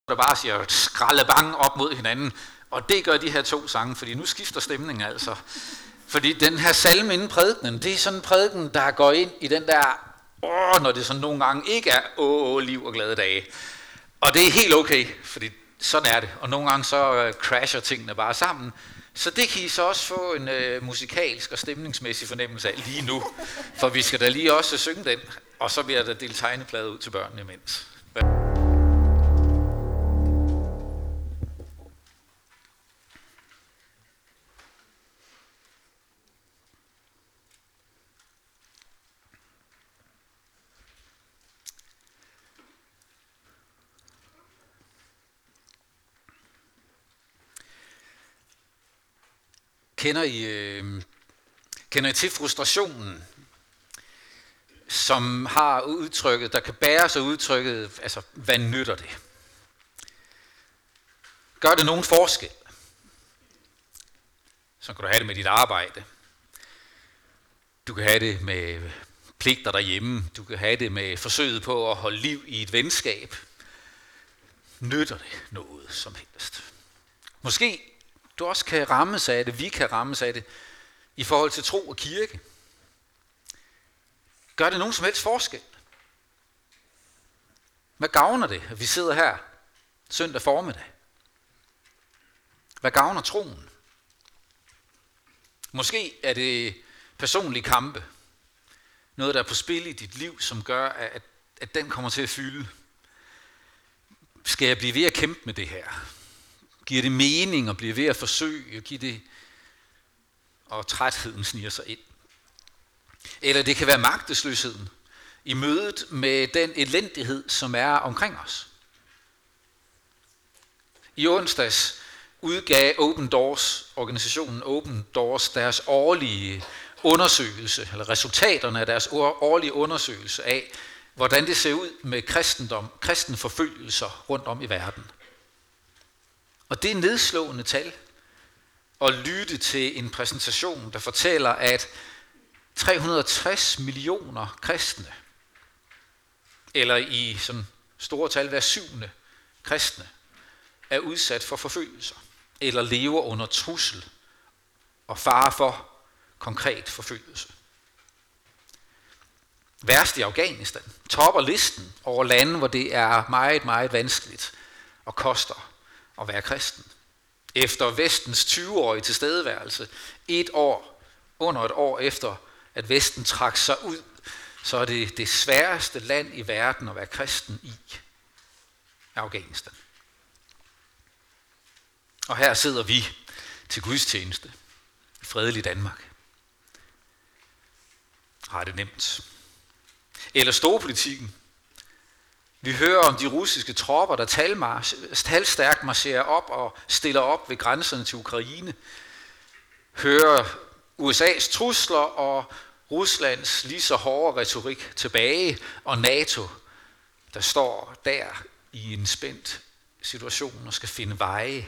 der bare siger skraldebang op mod hinanden. Og det gør de her 2 sange, fordi nu skifter stemningen altså. Fordi den her salme inden prædikenen, det er sådan en prædiken, der går ind i den der, når det sådan nogle gange ikke er liv og glade dage. Og det er helt okay, fordi sådan er det. Og nogle gange så crasher tingene bare sammen. Så det kan I så også få en musikalsk og stemningsmæssig fornemmelse af lige nu. For vi skal da lige også synge den, og så bliver der delt tegneplade ud til børnene imens. Kender I til frustrationen, som har udtrykket, der kan bære sig udtrykket, altså hvad nytter det? Gør det nogen forskel? Så kan du have det med dit arbejde. Du kan have det med pligter derhjemme. Du kan have det med forsøget på at holde liv i et venskab. Nytter det noget som helst? Måske du også kan rammes af det, vi kan rammes af det, i forhold til tro og kirke. Gør det nogen som helst forskel? Hvad gavner det, at vi sidder her søndag formiddag? Hvad gavner troen? Måske er det personlige kampe. Noget, der er på spil i dit liv, som gør, at den kommer til at fylde. Skal jeg blive ved at kæmpe med det her? Giver det mening at blive ved at forsøge? Giver det, og trætheden sniger sig ind. Eller det kan være magtesløsheden i mødet med den elendighed, som er omkring os. I onsdags udgav organisationen Open Doors deres årlige undersøgelse, eller resultaterne af deres årlige undersøgelse af, hvordan det ser ud med kristen forfølgelser rundt om i verden. Og det er nedslående tal at lytte til en præsentation, der fortæller, at 360 millioner kristne, eller i sådan store tal hver 7. kristne, er udsat for forfølgelser, eller lever under trussel og fare for konkret forfølgelse. Værst i Afghanistan topper listen over lande, hvor det er meget, meget vanskeligt og koster at være kristen. Efter Vestens 20-årige tilstedeværelse, under et år efter, at Vesten trak sig ud, så er det det sværeste land i verden at være kristen i, Afghanistan. Og her sidder vi til gudstjeneste i fredelig Danmark. Har det nemt. Eller storpolitikken. Vi hører om de russiske tropper, der talstærkt marcherer op og stiller op ved grænserne til Ukraine. Hører USA's trusler og Ruslands lige så hårde retorik tilbage, og NATO, der står der i en spændt situation og skal finde veje.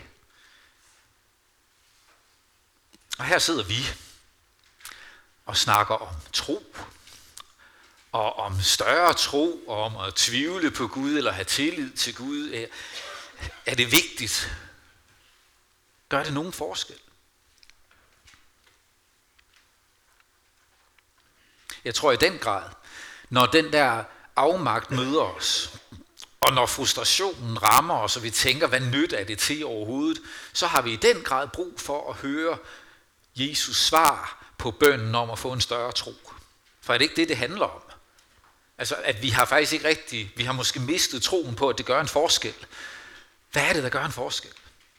Og her sidder vi og snakker om tro, og om større tro, og om at tvivle på Gud, eller have tillid til Gud. Er det vigtigt? Gør det nogen forskel? Jeg tror i den grad, når den der afmagt møder os, og når frustrationen rammer os, og vi tænker, hvad nytte er det til overhovedet, så har vi i den grad brug for at høre Jesus svar på bønnen om at få en større tro. For er det ikke det handler om? Altså, at vi har faktisk ikke rigtig, vi har måske mistet troen på, at det gør en forskel. Hvad er det, der gør en forskel?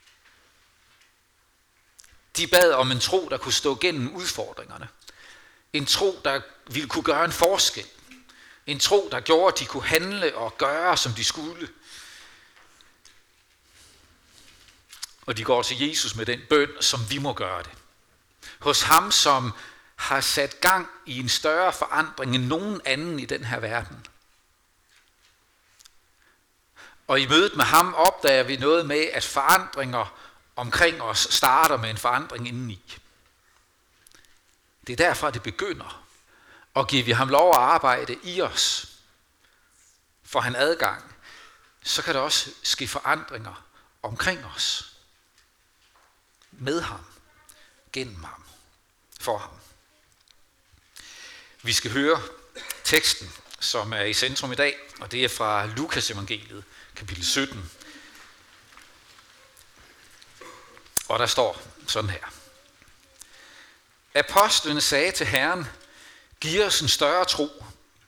De bad om en tro, der kunne stå gennem udfordringerne. En tro, der ville kunne gøre en forskel. En tro, der gjorde, at de kunne handle og gøre, som de skulle. Og de går til Jesus med den bøn, som vi må gøre det. Hos ham, som har sat gang i en større forandring end nogen anden i den her verden. Og i mødet med ham opdager vi noget med, at forandringer omkring os starter med en forandring indeni. Det er derfor, det begynder. Og giver vi ham lov at arbejde i os, får han adgang, så kan der også ske forandringer omkring os. Med ham, gennem ham, for ham. Vi skal høre teksten, som er i centrum i dag, og det er fra Lukas evangeliet, kapitel 17. Og der står sådan her. Apostlene sagde til Herren, giv os en større tro.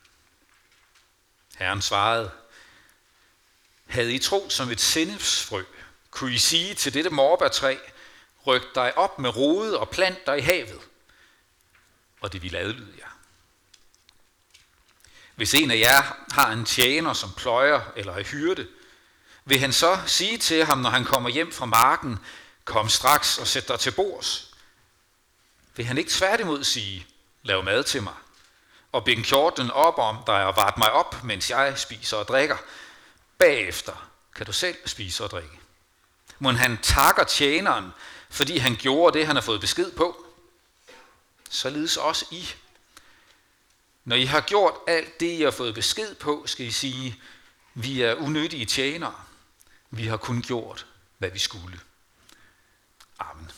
Herren svarede, havde I tro som et sennepsfrø, kunne I sige til dette morbærtræ, ryk dig op med rode og plant dig i havet, og det ville adlyde jer. Hvis en af jer har en tjener, som pløjer eller er hyrde, vil han så sige til ham, når han kommer hjem fra marken, kom straks og sæt dig til bords. Vil han ikke tværtimod sige, lav mad til mig, og bind kjortlen op om dig og vart mig op, mens jeg spiser og drikker. Bagefter kan du selv spise og drikke. Mon han takker tjeneren, fordi han gjorde det, han har fået besked på. Således også I. Når I har gjort alt det, I har fået besked på, skal I sige, vi er unyttige tjenere. Vi har kun gjort, hvad vi skulle. Amen.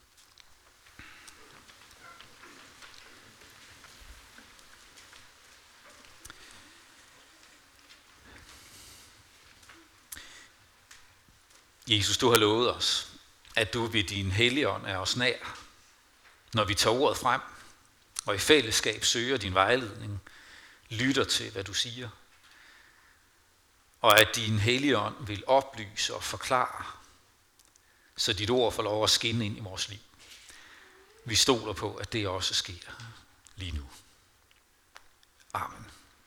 Jesus, du har lovet os, at du ved din Helligånd er os nær, når vi tager ordet frem, og i fællesskab søger din vejledning, lytter til, hvad du siger, og at din Helligånd vil oplyse og forklare, så dit ord får lov at skinne ind i vores liv. Vi stoler på, at det også sker lige nu. Amen.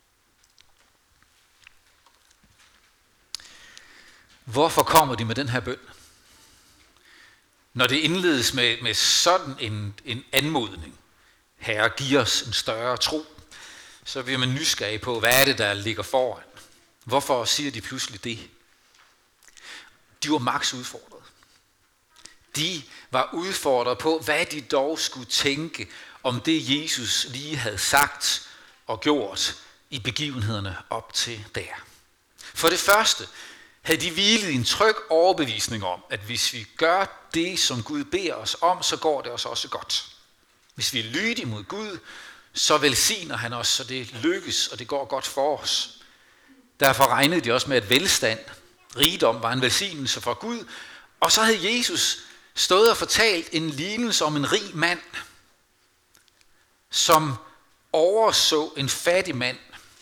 Hvorfor kommer de med den her bøn? Når det indledes med sådan en anmodning, Herre, giv os en større tro, så bliver man nysgerrig på, hvad er det, der ligger foran? Hvorfor siger de pludselig det? De var maks udfordret. De var udfordret på, hvad de dog skulle tænke om det, Jesus lige havde sagt og gjort i begivenhederne op til der. For det første havde de hvilet i en tryg overbevisning om, at hvis vi gør det, som Gud beder os om, så går det os også godt. Hvis vi er lydige mod Gud, så velsigner han os, så det lykkes, og det går godt for os. Derfor regnede de også med, at velstand, rigdom var en velsignelse fra Gud. Og så havde Jesus stået og fortalt en lignelse om en rig mand, som overså en fattig mand.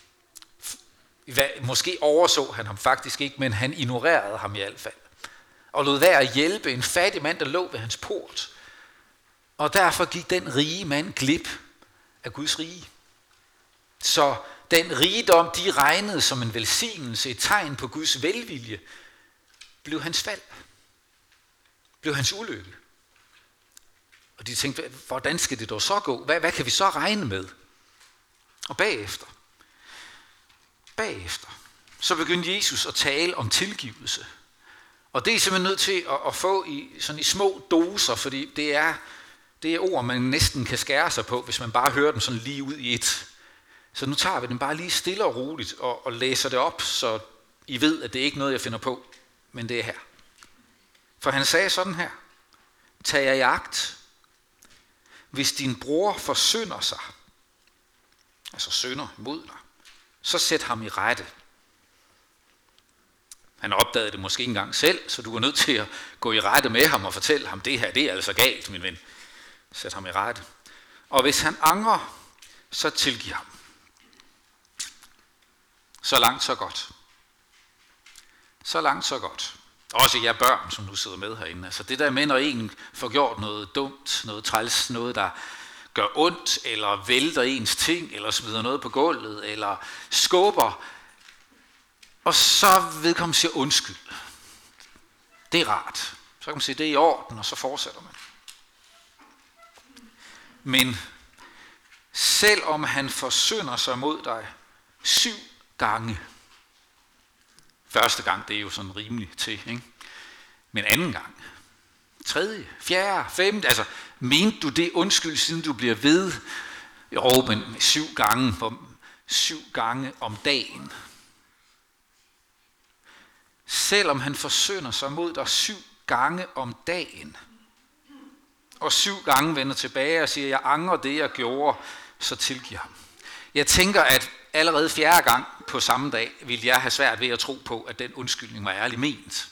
Måske overså han ham faktisk ikke, men han ignorerede ham i hvert fald. Og lod være at hjælpe en fattig mand, der lå ved hans port. Og derfor gik den rige mand glip af Guds rige. Så den rigdom, de regnede som en velsignelse, et tegn på Guds velvilje, blev hans fald. Blev hans ulykke. Og de tænkte, hvordan skal det dog så gå? Hvad kan vi så regne med? Og bagefter, så begyndte Jesus at tale om tilgivelse. Og det er simpelthen nødt til at få i små doser, fordi det er ord, man næsten kan skære sig på, hvis man bare hører dem sådan lige ud i et. Så nu tager vi den bare lige stille og roligt og læser det op, så I ved, at det ikke er noget, jeg finder på, men det er her. For han sagde sådan her, tag jer i agt, hvis din bror forsynder sig, altså synder mod dig, så sæt ham i rette. Han opdagede det måske ikke engang selv, så du er nødt til at gå i rette med ham og fortælle ham, det her, det er altså galt, min ven. Sæt ham i rette. Og hvis han angrer, så tilgiv ham. Så langt, så godt. Så langt, så godt. Også jer børn, som nu sidder med herinde. Altså det der med, når en får gjort noget dumt, noget træls, noget der gør ondt, eller vælter ens ting, eller smider noget på gulvet, eller skubber, og så vedkommende siger undskyld. Det er rart. Så kan man sige, det er i orden, og så fortsætter man. Men selvom han forsynder sig mod dig 7 gange, første gang, det er jo sådan rimeligt til, ikke? Men anden gang, tredje, fjerde, femte, altså mente du det undskyld, siden du bliver ved? Jo, men 7 gange om dagen. selvom han forsynder sig mod dig 7 gange om dagen, og 7 gange vender tilbage og siger, jeg angrer det, jeg gjorde, så tilgiv ham. Jeg tænker, at allerede 4. gang på samme dag, ville jeg have svært ved at tro på, at den undskyldning var ærligt ment.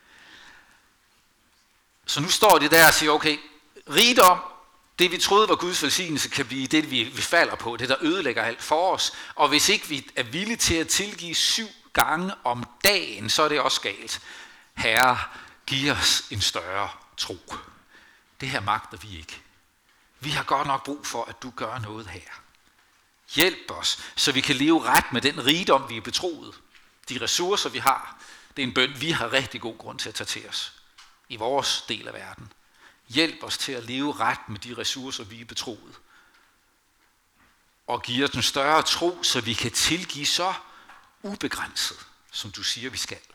Så nu står de der og siger, okay, rigdom, det vi troede var Guds velsignelse, kan blive det, vi falder på, det der ødelægger alt for os. Og hvis ikke vi er villige til at tilgive 7 gange om dagen, så er det også galt. Herre, giv os en større tro. Det her magter vi ikke. Vi har godt nok brug for, at du gør noget her. Hjælp os, så vi kan leve ret med den rigdom, vi er betroet. De ressourcer, vi har, det er en bøn, vi har rigtig god grund til at tage til os i vores del af verden. Hjælp os til at leve ret med de ressourcer, vi er betroet. Og giv os en større tro, så vi kan tilgive så ubegrænset, som du siger, vi skal.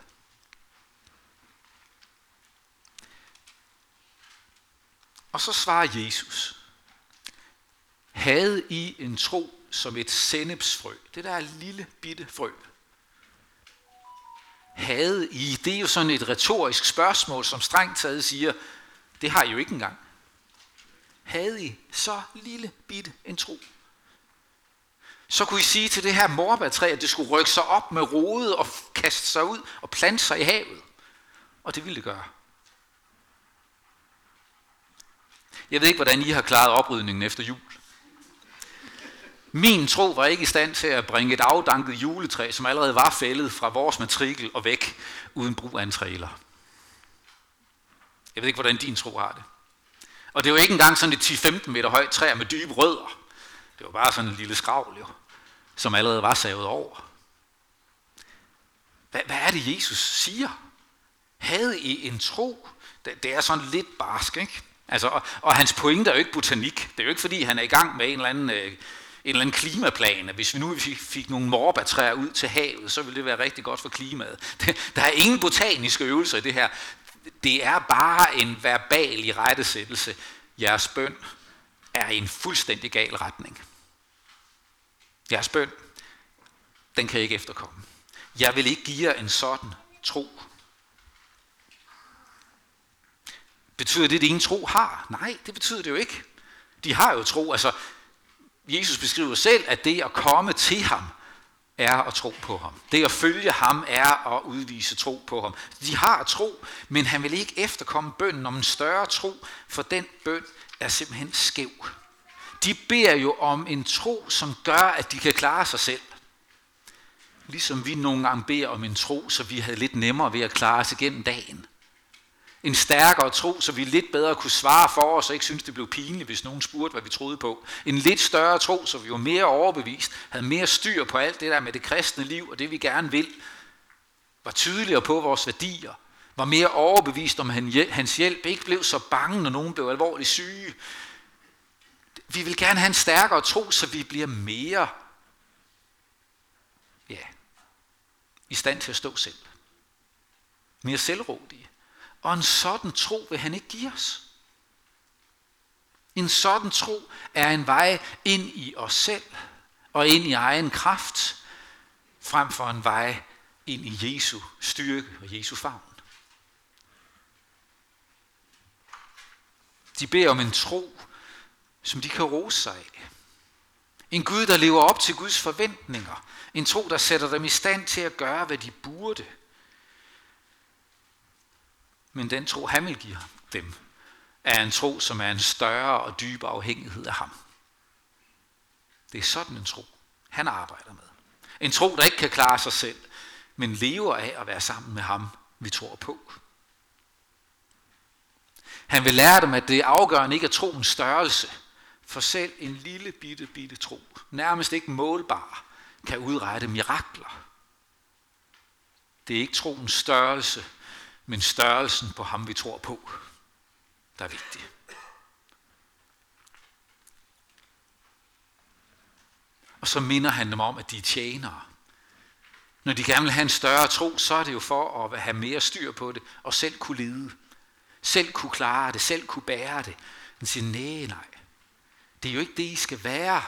Og så svarer Jesus, havde I en tro som et sennepsfrø? Det der er lille bitte frø. Havde I, det er jo sådan et retorisk spørgsmål, som strengt taget siger, det har I jo ikke engang. Havde I så lille bitte en tro? Så kunne I sige til det her morbærtræ, at det skulle rykke sig op med rode og kaste sig ud og plante sig i havet. Og det ville det gøre. Jeg ved ikke, hvordan I har klaret oprydningen efter jul. Min tro var ikke i stand til at bringe et afdanket juletræ, som allerede var fældet fra vores matrikel og væk, uden brug af en trailer. Jeg ved ikke, hvordan din tro har det. Og det var ikke engang sådan et 10-15 meter højt træ med dybe rødder. Det var bare sådan en lille skravl, jo, som allerede var savet over. Hvad er det, Jesus siger? Havde I en tro? Det er sådan lidt barsk, ikke? Altså, og hans pointe er jo ikke botanik. Det er jo ikke, fordi han er i gang med en eller anden klimaplan. Hvis vi nu fik nogle morbærtræer ud til havet, så ville det være rigtig godt for klimaet. Der er ingen botaniske øvelser i det her. Det er bare en verbal irettesættelse. Jeres bøn er i en fuldstændig gal retning. Jeres bøn, den kan jeg ikke efterkomme. Jeg vil ikke give jer en sådan tro. Betyder det, at ingen tro har? Nej, det betyder det jo ikke. De har jo tro. Altså, Jesus beskriver selv, at det at komme til ham, er at tro på ham. Det at følge ham er at udvise tro på ham. De har tro, men han vil ikke efterkomme bønnen om en større tro, for den bøn er simpelthen skæv. De beder jo om en tro, som gør, at de kan klare sig selv. Ligesom vi nogle gange beder om en tro, så vi havde lidt nemmere ved at klare os igennem dagen. En stærkere tro, så vi lidt bedre kunne svare for os, og ikke synes, det blev pinligt, hvis nogen spurgte, hvad vi troede på. En lidt større tro, så vi var mere overbevist, havde mere styr på alt det der med det kristne liv, og det vi gerne vil. Var tydeligere på vores værdier. Var mere overbevist om hans hjælp. Ikke blev så bange, når nogen blev alvorligt syge. Vi vil gerne have en stærkere tro, så vi bliver mere i stand til at stå selv. Mere selvrådige. Og en sådan tro vil han ikke give os. En sådan tro er en vej ind i os selv og ind i egen kraft, frem for en vej ind i Jesu styrke og Jesu favn. De beder om en tro, som de kan rose sig af. En Gud, der lever op til Guds forventninger. En tro, der sætter dem i stand til at gøre, hvad de burde. Men den tro, han vil give dem, er en tro, som er en større og dybere afhængighed af ham. Det er sådan en tro, han arbejder med. En tro, der ikke kan klare sig selv, men lever af at være sammen med ham, vi tror på. Han vil lære dem, at det er afgørende ikke at troens størrelse, for selv en lille bitte tro, nærmest ikke målbar, kan udrette mirakler. Det er ikke troens størrelse, men størrelsen på ham, vi tror på, der er vigtig. Og så minder han dem om, at de er tjenere. Når de gerne vil have en større tro, så er det jo for at have mere styr på det, og selv kunne lide. Selv kunne klare det, selv kunne bære det. Han siger, nej. Det er jo ikke det, I skal være.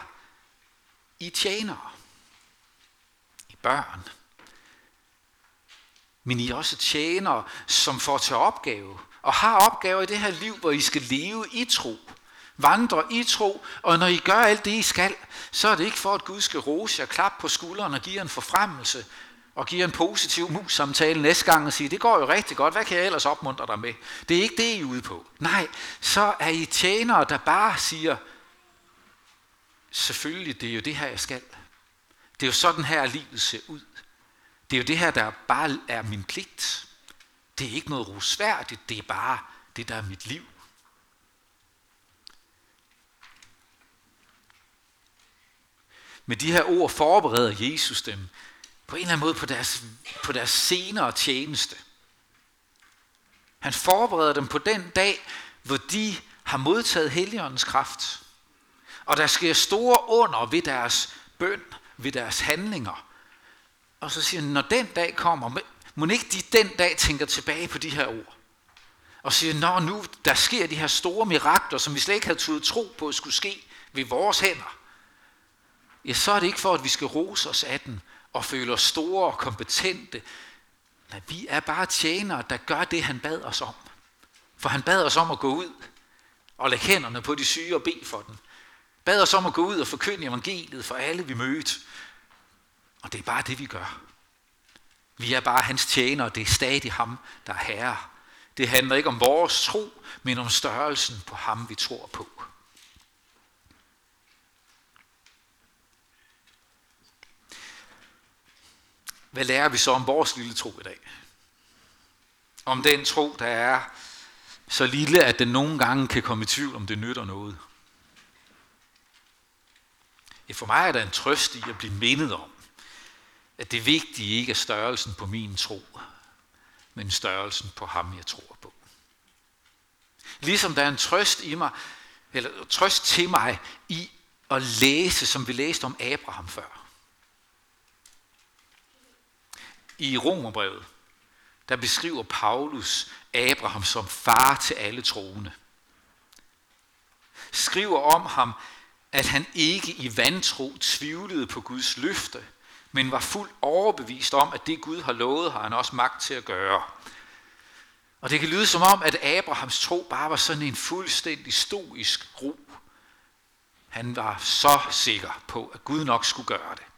I tjenere. I børn. men I er også tjenere, som får til opgave, og har opgaver i det her liv, hvor I skal leve i tro, vandre i tro, og når I gør alt det, I skal, så er det ikke for, at Gud skal rose jer, klappe på skulderen og give jer en forfremmelse, og give jer en positiv mus-samtale næste gang og sige, det går jo rigtig godt, hvad kan jeg ellers opmuntre dig med? Det er ikke det, I er ude på. Nej, så er I tjenere, der bare siger, selvfølgelig, det er jo det her, jeg skal. Det er jo sådan her, livet ser ud. Det er jo det her, der bare er min pligt. Det er ikke noget rusværdigt, det er bare det, der er mit liv. Med de her ord forbereder Jesus dem på en eller anden måde på deres senere tjeneste. Han forbereder dem på den dag, hvor de har modtaget Helligåndens kraft. Og der sker store under ved deres bøn, ved deres handlinger. Og så siger han, når den dag kommer, må ikke de den dag tænker tilbage på de her ord. Og siger, når nu der sker de her store mirakler, som vi slet ikke havde tudet tro på, skulle ske ved vores hænder. Ja, så er det ikke for, at vi skal rose os af den og føle os store og kompetente. Nej, vi er bare tjenere, der gør det, han bad os om. For han bad os om at gå ud og lægge hænderne på de syge og bede for dem. Bad os om at gå ud og forkynde evangeliet for alle, vi mødte. Og det er bare det, vi gør. Vi er bare hans tjenere, det er stadig ham, der er herre. Det handler ikke om vores tro, men om størrelsen på ham, vi tror på. Hvad lærer vi så om vores lille tro i dag? Om den tro, der er så lille, at den nogle gange kan komme i tvivl, om det nytter noget. Ja, for mig er der en trøst i at blive mindet om, at det vigtige ikke er størrelsen på min tro, men størrelsen på ham, jeg tror på. Ligesom der er en trøst i mig, eller trøst til mig i at læse, som vi læste om Abraham før. I Romerbrevet, der beskriver Paulus Abraham som far til alle troende. Skriver om ham, at han ikke i vantro tvivlede på Guds løfte, men var fuldt overbevist om, at det Gud har lovet, har han også magt til at gøre. Og det kan lyde som om, at Abrahams tro bare var sådan en fuldstændig stoisk ro. Han var så sikker på, at Gud nok skulle gøre det.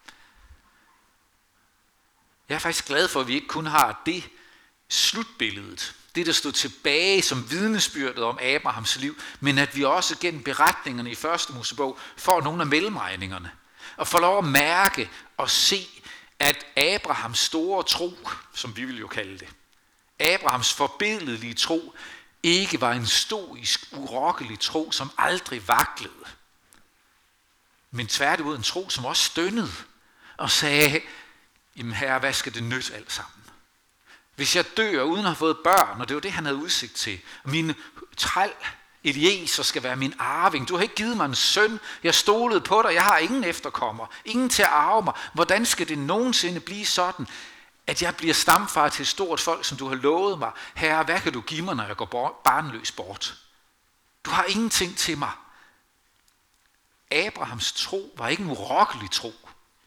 Jeg er faktisk glad for, at vi ikke kun har det slutbilledet, det der stod tilbage som vidnesbyrdet om Abrahams liv, men at vi også gennem beretningerne i 1. Mosebog får nogle af mellemregningerne, og får lov at mærke og se, at Abrahams store tro, som vi vil jo kalde det, Abrahams forbilledelige tro, ikke var en stoisk, urokkelig tro, som aldrig vaklede, men tværtimod en tro, som også stønnede og sagde, jamen herre, hvad skal det nytte alt sammen? Hvis jeg dør uden at have fået børn, og det var det, han havde udsigt til, og min træl, Eliezer, skal være min arving. Du har ikke givet mig en søn, jeg stolede på dig, jeg har ingen efterkommer, ingen til at arve mig. Hvordan skal det nogensinde blive sådan, at jeg bliver stamfar til et stort folk, som du har lovet mig? Herre, hvad kan du give mig, når jeg går barnløs bort? Du har ingenting til mig. Abrahams tro var ikke en urokkelig tro.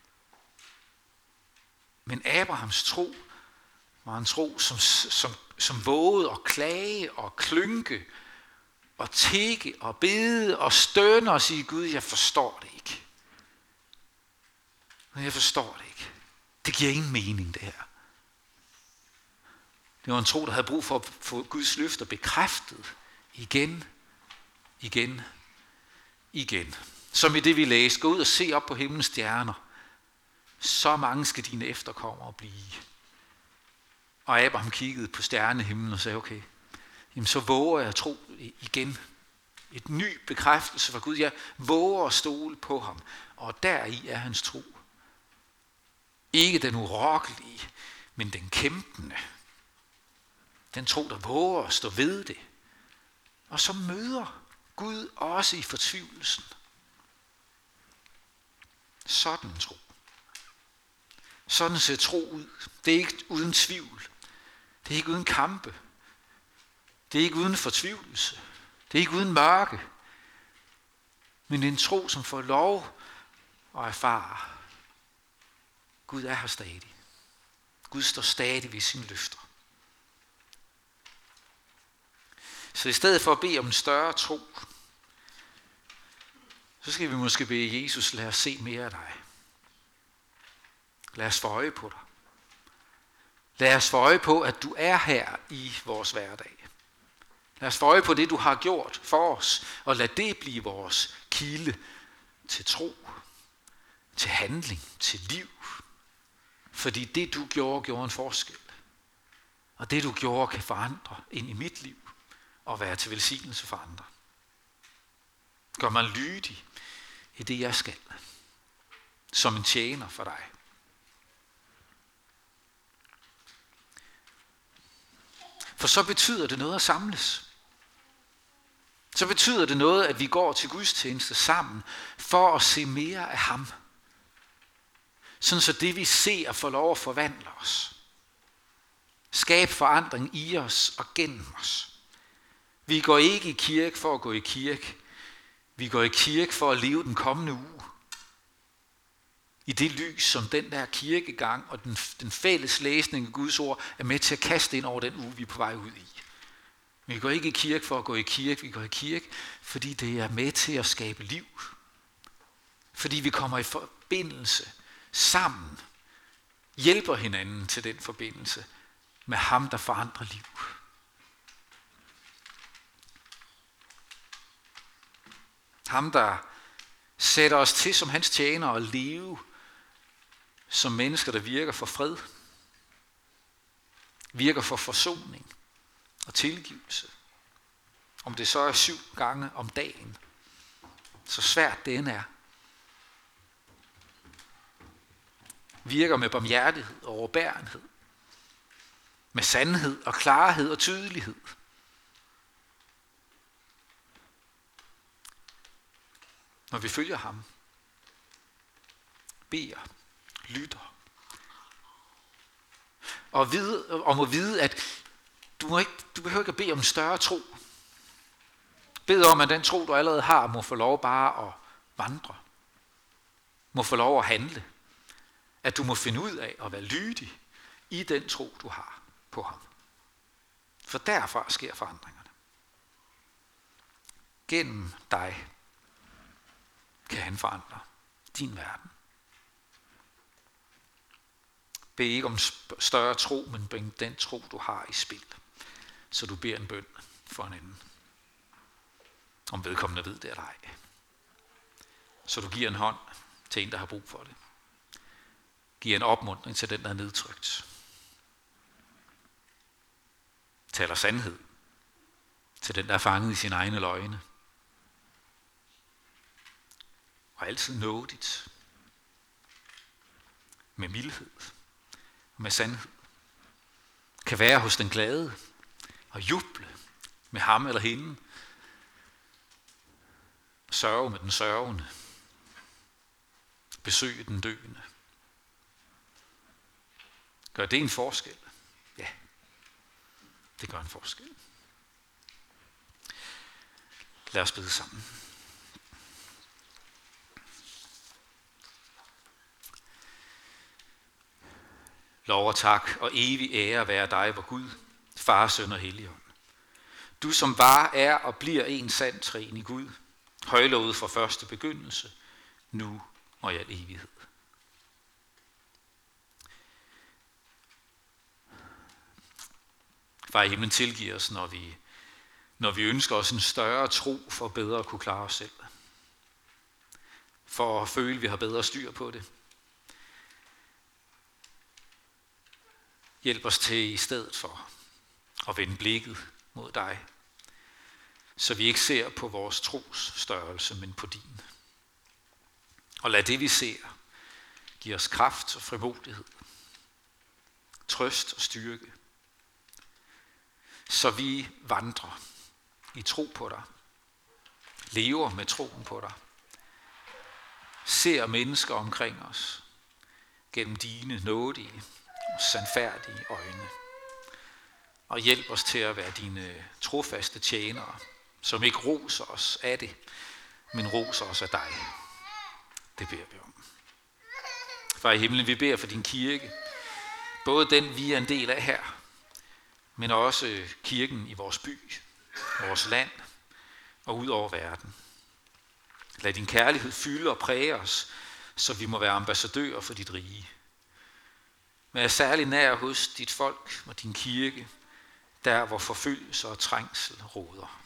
Men Abrahams tro var en tro, som vågede at klage og klynke og tikke og bede og stønne og sige, Gud, jeg forstår det ikke. Jeg forstår det ikke. Det giver ingen mening, det her. Det var en tro, der havde brug for at få Guds løfter bekræftet igen. Som i det, vi læste. Gå ud og se op på himlens stjerner. Så mange skal dine efterkommere blive. Og Abraham kiggede på stjernehimlen og sagde, okay, jamen så våger jeg at tro igen. Et ny bekræftelse fra Gud. Jeg våger at stole på ham. Og deri er hans tro. Ikke den urokkelige, men den kæmpende. Den tro, der våger at stå ved det. Og så møder Gud også i fortvivlelsen. Sådan en tro. Sådan ser tro ud. Det er ikke uden tvivl. Det er ikke uden kampe. Det er ikke uden fortvivlelse. Det er ikke uden mørke. Men det er en tro, som får lov at erfare. Gud er her stadig. Gud står stadig ved sine løfter. Så i stedet for at bede om en større tro, så skal vi måske bede Jesus, lad os se mere af dig. Lad os få øje på dig. Lad os få øje på, at du er her i vores hverdag. Lad os få øje på det, du har gjort for os, og lad det blive vores kilde til tro, til handling, til liv. Fordi det, du gjorde en forskel. Og det, du gjorde, kan forandre ind i mit liv og være til velsignelse for andre. Gør mig lydig i det, jeg skal, som en tjener for dig. For så betyder det noget at samles. Så betyder det noget, at vi går til gudstjeneste sammen for at se mere af ham. Sådan så det vi ser får lov at forvandle os. Skab forandring i os og gennem os. Vi går ikke i kirke for at gå i kirke. Vi går i kirke for at leve den kommende uge. I det lys, som den der kirkegang og den fælles læsning af Guds ord er med til at kaste ind over den uge, vi er på vej ud i. Vi går ikke i kirke for at gå i kirke. Vi går i kirke, fordi det er med til at skabe liv. Fordi vi kommer i forbindelse sammen. Hjælper hinanden til den forbindelse med ham, der forandrer liv. Ham, der sætter os til som hans tjenere og leve som mennesker, der virker for fred, virker for forsoning og tilgivelse. Om det så er 7 gange om dagen, så svært det end er. Virker med barmhjertighed og overbærenhed, med sandhed og klarhed og tydelighed. Når vi følger ham, beder, lytter, og må vide, at du behøver ikke at bede om en større tro. Bed om, at den tro, du allerede har, må få lov bare at vandre. Må få lov at handle. At du må finde ud af at være lydig i den tro, du har på ham. For derfra sker forandringerne. Gennem dig kan han forandre din verden. Bed ikke om større tro, men bring den tro, du har i spil, så du beder en bøn for en anden. Om vedkommende ved det eller ej. Så du giver en hånd til en, der har brug for det. Giver en opmuntring til den, der er nedtrykt. Taler sandhed til den, der er fanget i sine egne løgne. Og altid nådigt. Med mildhed. Med sandhed. Kan være hos den glade. Og juble med ham eller hende. Sørge med den sørgende. Besøge den døende. Gør det en forskel? Ja, det gør en forskel. Lad os bede sammen. Lov og tak og evig ære være dig, vor Gud, Far, Søn og Helligånd. Du som var, er og bliver en sand treenig Gud, højlovet fra første begyndelse, nu og i al evighed. Far i himlen, tilgiv os, når vi ønsker os en større tro for bedre at kunne klare os selv. For at føle, at vi har bedre styr på det. Hjælp os til i stedet for at vende blikket mod dig, så vi ikke ser på vores tros størrelse, men på din. Og lad det, vi ser, give os kraft og frimodighed, trøst og styrke, så vi vandrer i tro på dig, lever med troen på dig, ser mennesker omkring os gennem dine nådige og sandfærdige øjne, og hjælp os til at være dine trofaste tjenere, som ikke roser os af det, men roser os af dig. Det beder vi om. Far i himlen, vi beder for din kirke. Både den, vi er en del af her, men også kirken i vores by, vores land og ud over verden. Lad din kærlighed fylde og præge os, så vi må være ambassadører for dit rige. Vær særlig nær hos dit folk og din kirke, der hvor forfølgelse og trængsel råder.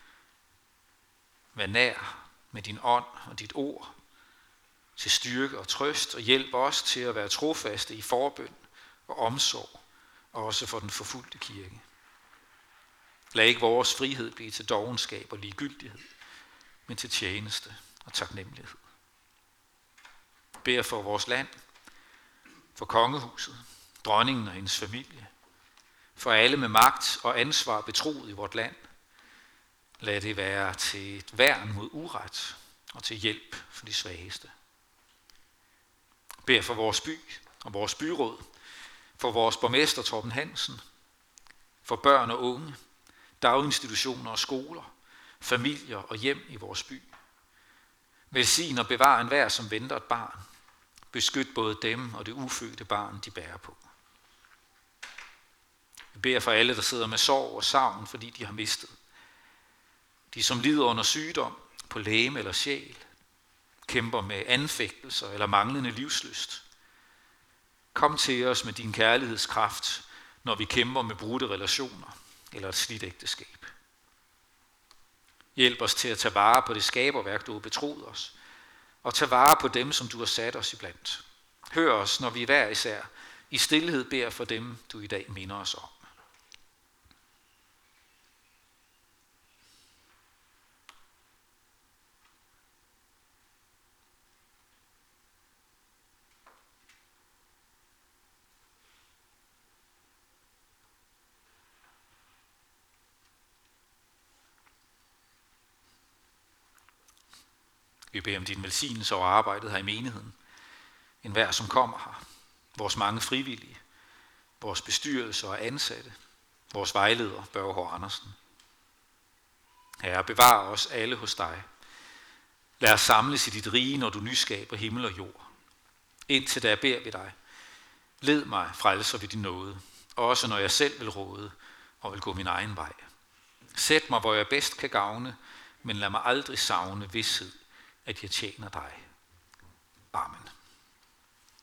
Vær nær med din ånd og dit ord, til styrke og trøst, og hjælp os til at være trofaste i forbøn og omsorg, også for den forfulgte kirke. Lad ikke vores frihed blive til dovenskab og ligegyldighed, men til tjeneste og taknemmelighed. Bed for vores land, for kongehuset, dronningen og hendes familie, for alle med magt og ansvar betroet i vort land. Lad det være til et værn mod uret og til hjælp for de svageste. Bed for vores by og vores byråd, for vores borgmester Torben Hansen, for børn og unge, daginstitutioner og skoler, familier og hjem i vores by. Velsign og bevar enhver, som venter et barn. Beskyt både dem og det ufødte barn, de bærer på. Vi beder for alle, der sidder med sorg og savn, fordi de har mistet. De, som lider under sygdom, på legeme eller sjæl, kæmper med anfægtelser eller manglende livslyst. Kom til os med din kærlighedskraft, når vi kæmper med brudte relationer eller et slidt ægteskab. Hjælp os til at tage vare på det skaberværk, du har betroet os, og tage vare på dem, som du har sat os iblandt. Hør os, når vi hver især i stilhed beder for dem, du i dag minder os om. Vi beder om din velsignelse over arbejdet her i menigheden. Enhver, som kommer her. Vores mange frivillige. Vores bestyrelse og ansatte. Vores vejleder, Børge H. Andersen. Herre, bevar os alle hos dig. Lad os samles i dit rige, når du nyskaber himmel og jord. Indtil da beder vi dig. Led mig, frelser ved din nåde. Også når jeg selv vil råde og vil gå min egen vej. Sæt mig, hvor jeg bedst kan gavne, men lad mig aldrig savne vished, at jeg tjener dig. Amen.